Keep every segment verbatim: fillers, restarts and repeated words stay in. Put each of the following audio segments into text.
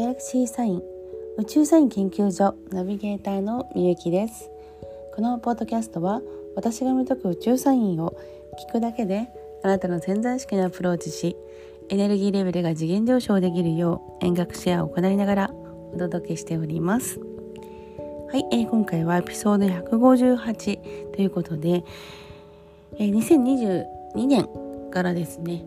ギャラクシーサイン宇宙サイン研究所ナビゲーターのみゆきです。このポッドキャストは私が見解く宇宙サインを聞くだけであなたの潜在意識にアプローチし、エネルギーレベルが次元上昇できるよう遠隔シェアを行いながらお届けしております。はい、えー、今回はエピソードひゃくごじゅうはちということで、えー、にせんにじゅうにねんからですね、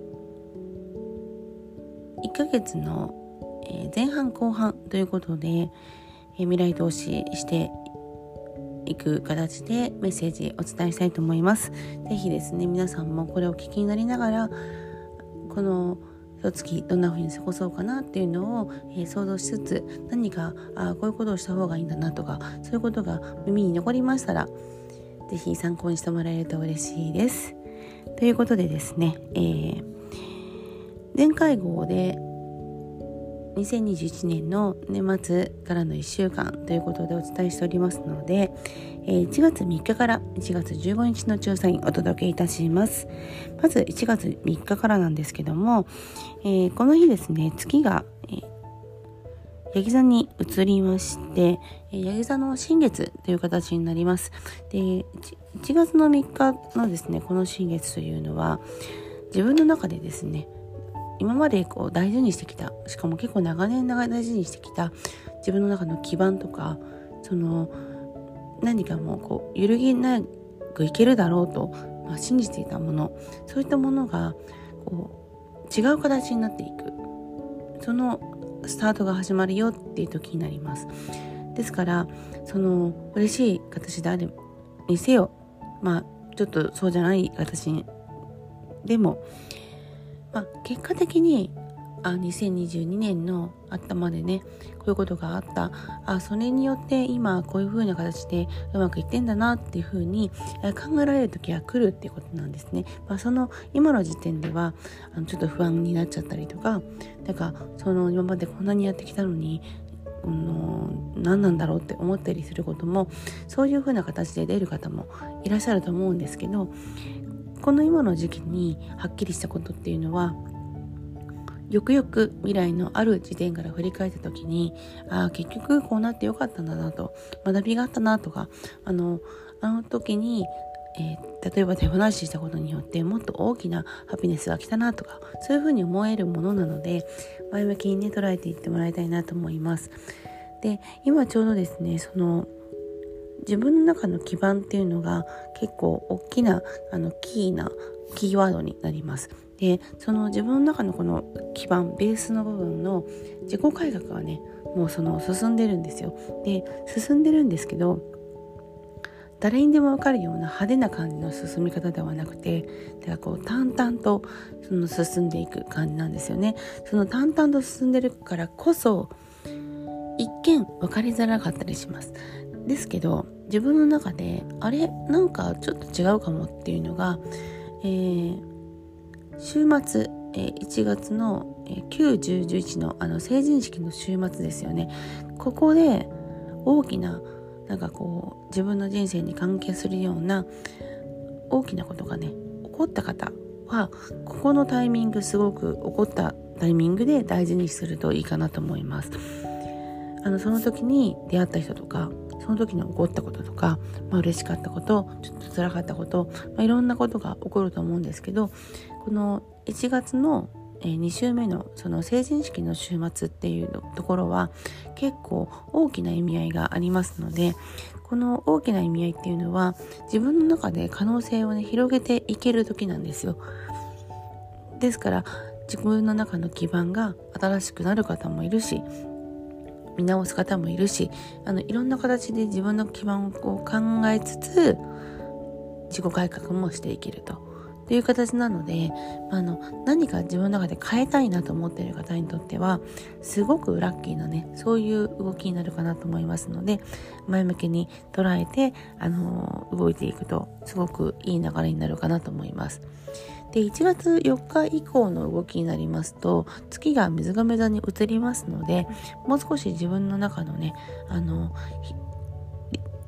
いっかげつの前半後半ということで未来投資していく形でメッセージお伝えしたいと思います。ぜひですね、皆さんもこれを聞きになりながら、この一月どんな風に過ごそうかなっていうのを、えー、想像しつつ、何かあこういうことをした方がいいんだなとか、そういうことが耳に残りましたら、ぜひ参考にしてもらえると嬉しいです。ということでですね、えー、前回号でにせんにじゅういちねんの年末からのいっしゅうかんということでお伝えしておりますので、いちがつみっかからいちがつじゅうごにちの宙サインお届けいたします。まずいちがつみっかからなんですけども、えー、この日ですね、月が、えー、ヤギ座に移りまして、ヤギ座の新月という形になります。で、いちがつのみっかのですね、この新月というのは自分の中でですね、今までこう大事にしてきた、しかも結構長年長い大事にしてきた自分の中の基盤とか、その何かもうこう揺るぎなくいけるだろうと、まあ、信じていたもの、そういったものがこう違う形になっていく、そのスタートが始まるよっていう時になります。ですからその嬉しい形であるにせよ、まあちょっとそうじゃない形でも、まあ、結果的にあにせんにじゅうにねんの頭でね、こういうことがあった、あそれによって今こういう風な形でうまくいってんだなっていう風に考えられる時は来るっていうことなんですね。まあ、その今の時点ではあのちょっと不安になっちゃったりとか、だからその今までこんなにやってきたのにあの何なんだろうって思ったりすることも、そういう風な形で出る方もいらっしゃると思うんですけど、この今の時期にはっきりしたことっていうのは、よくよく未来のある時点から振り返った時に、あ結局こうなってよかったんだなと、学びがあったなとか、あのあの時に、えー、例えば手放ししたことによってもっと大きなハピネスが来たなとか、そういうふうに思えるものなので、前向きにね捉えていってもらいたいなと思います。で、今ちょうどですね、その自分の中の基盤っていうのが結構大きなあのキーなキーワードになります。で、その自分の中のこの基盤、ベースの部分の自己改革はね、もうその進んでるんですよ。で、進んでるんですけど、誰にでも分かるような派手な感じの進み方ではなくて、だからこう淡々とその進んでいく感じなんですよね。その淡々と進んでるからこそ一見分かりづらかったりします。ですけど、自分の中であれなんかちょっと違うかもっていうのが、えー、週末、えー、いちがつのく、じゅう、じゅういちのあの成人式の週末ですよね。ここで大きななんかこう自分の人生に関係するような大きなことがね起こった方は、ここのタイミング、すごく起こったタイミングで大事にするといいかなと思います。あのその時に出会った人とか、その時に起こったこととか、まあ、嬉しかったこと、ちょっと辛かったこと、まあ、いろんなことが起こると思うんですけど、このいちがつのに週目のその成人式の週末っていうところは結構大きな意味合いがありますので、この大きな意味合いっていうのは自分の中で可能性をね広げていける時なんですよ。ですから自分の中の基盤が新しくなる方もいるし、見直す方もいるし、あのいろんな形で自分の基盤をこう考えつつ自己改革もしていけるという形なので、あの何か自分の中で変えたいなと思っている方にとってはすごくラッキーなね、そういう動きになるかなと思いますので、前向きに捉えて、あの動いていくとすごくいい流れになるかなと思います。で、いちがつよっか以降の動きになりますと、月が水亀座に移りますので、もう少し自分の中のね、あの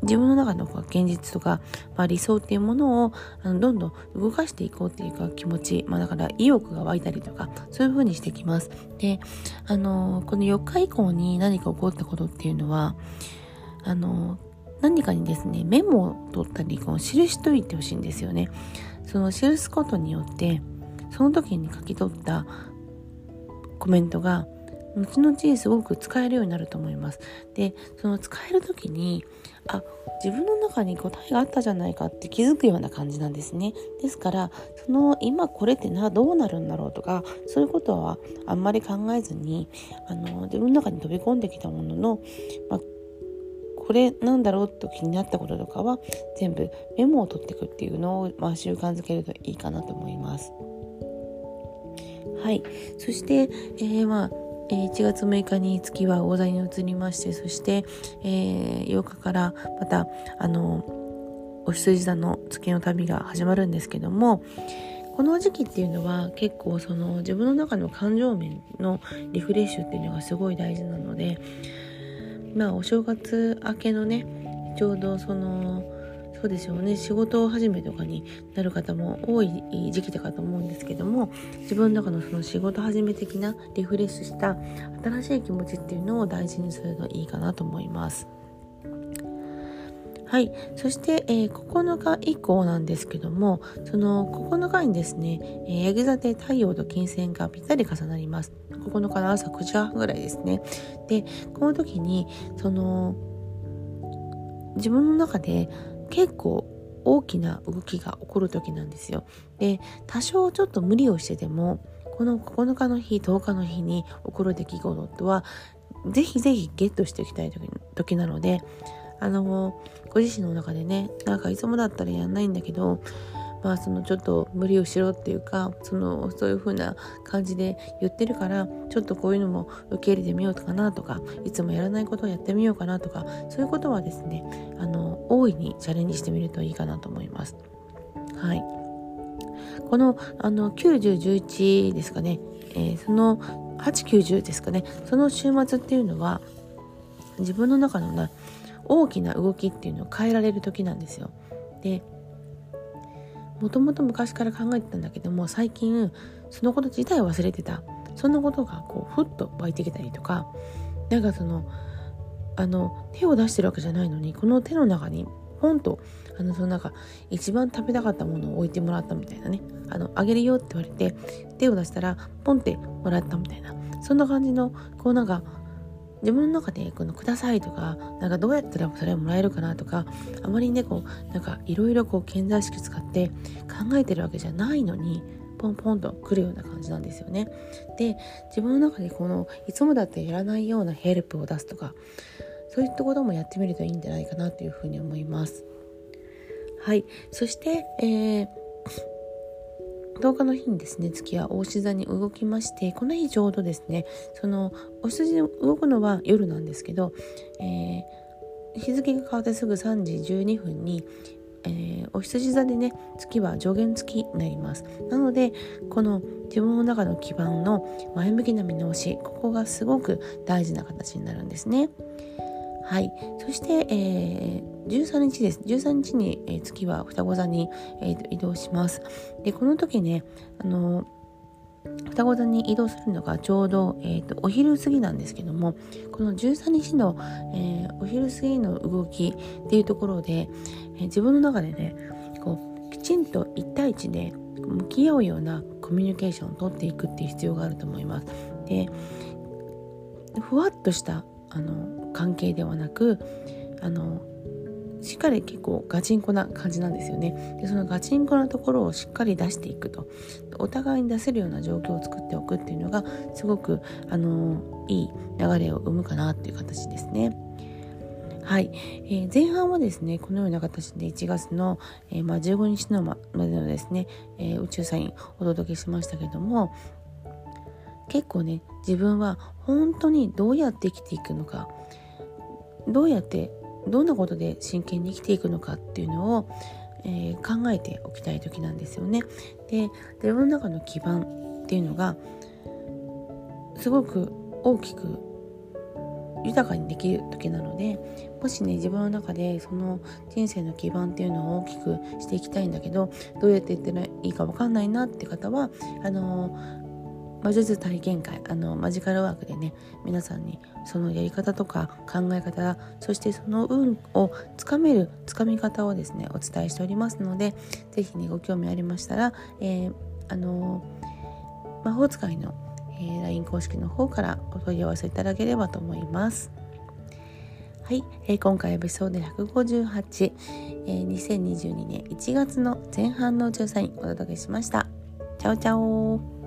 自分の中の現実とか、まあ、理想っていうものをあのどんどん動かしていこうっていうか気持ち、まあ、だから意欲が湧いたりとかそういう風にしてきます。で、あのこのよっか以降に何か起こったことっていうのはあの何かにですねメモを取ったりこう記しといてほしいんですよね。その記すことによってその時に書き取ったコメントが後々すごく使えるようになると思います。で、その使える時にあ、自分の中に答えがあったじゃないかって気づくような感じなんですね。ですからその今これってなどうなるんだろうとかそういうことはあんまり考えずにあの自分の中に飛び込んできたものの、まあ、これなんだろうと気になったこととかは全部メモを取っていくっていうのを、まあ、習慣づけるといいかなと思います。はい、そして、えー、まあいちがつむいかに月は魚座に移りまして、そして、えー、ようかからまたあのお羊座の月の旅が始まるんですけども、この時期っていうのは結構その自分の中の感情面のリフレッシュっていうのがすごい大事なので、まあお正月明けのねちょうどそのそうですよね、仕事始めとかになる方も多い時期だかと思うんですけども、自分の中のその仕事始め的なリフレッシュした新しい気持ちっていうのを大事にするといいかなと思います。はい、そして、えー、ここのか以降なんですけども、そのここのかにですね、えー、ヤギ座で太陽と金星がぴったり重なります。ここのかの朝くじはんぐらいですね。で、この時にその自分の中で結構大きな動きが起こる時なんですよ。で、多少ちょっと無理をしてでもこのここのかの日とおかの日に起こる出来事とはぜひぜひゲットしておきたい 時, 時なので、あのご自身の中でね、なんかいつもだったらやんないんだけど、まあそのちょっと無理をしろっていうか、そのそういう風な感じで言ってるから、ちょっとこういうのも受け入れてみようかなとか、いつもやらないことをやってみようかなとか、そういうことはですね、あの大いにチャレンジしてみるといいかなと思います。はい。このあのきゅうじゅう、じゅういちですかね、えー、そのはち、きゅう、じゅうですかね、その週末っていうのは自分の中のね大きな動きっていうのを変えられる時なんですよ。で、もともと昔から考えてたんだけども、最近そのこと自体を忘れてた、そんなことがこうふっと湧いてきたりとか、なんかそのあの手を出してるわけじゃないのに、この手の中にポンとあのそのなんか一番食べたかったものを置いてもらったみたいなね、あのあげるよって言われて手を出したらポンってもらったみたいな、そんな感じのこうなんか自分の中でこのくださいとか、なんかどうやったらそれをもらえるかなとか、あまりねこうなんかいろいろこう顕在意識使って考えてるわけじゃないのに、ポンポンと来るような感じなんですよね。で、自分の中でこのいつもだってやらないようなヘルプを出すとか、そういったこともやってみるといいんじゃないかなというふうに思います。はい、そして、えーとおかの日にですね、月は牡牛座に動きまして、この日ちょうどですね、そのお羊で動くのは夜なんですけど、えー、日付が変わってすぐさんじじゅうにふんに、えー、お羊座でね、月は上限月になります。なのでこの自分の中の基盤の前向きな見直し、ここがすごく大事な形になるんですね。はい、そして、えー、じゅうさんにちです。じゅうさんにちに、えー、月は双子座に、えー、移動します。で、この時ね、あのー、双子座に移動するのがちょうど、えーと、お昼過ぎなんですけども、このじゅうさんにちの、えー、お昼過ぎの動きっていうところで、えー、自分の中でね、こうきちんといち対いちで向き合うようなコミュニケーションを取っていくっていう必要があると思います。で、ふわっとしたあの関係ではなく、あのしっかり結構ガチンコな感じなんですよね。で、そのガチンコなところをしっかり出していくと、お互いに出せるような状況を作っておくっていうのがすごくあのいい流れを生むかなっていう形ですね。はい、えー、前半はですね、このような形でいちがつの、えーまあ、じゅうごにちのまでのですね、えー、宇宙サインお届けしましたけども、結構ね、自分は本当にどうやって生きていくのか、どうやってどんなことで真剣に生きていくのかっていうのを、えー、考えておきたい時なんですよね。で、自分の中の基盤っていうのがすごく大きく豊かにできる時なので、もしね自分の中でその人生の基盤っていうのを大きくしていきたいんだけど、どうやって言ったらいいか分かんないなって方は、あの魔術体験会、あのマジカルワークでね、皆さんにそのやり方とか考え方、そしてその運をつかめるつかみ方をですねお伝えしておりますので、ぜひねご興味ありましたら、えー、あの魔法使いの、えー、ライン 公式の方からお問い合わせいただければと思います。はい、えー、今回エピソードひゃくごじゅうはち、えー、にせんにじゅうにねんいちがつの前半の宇宙サインお届けしました。チャオチャオ。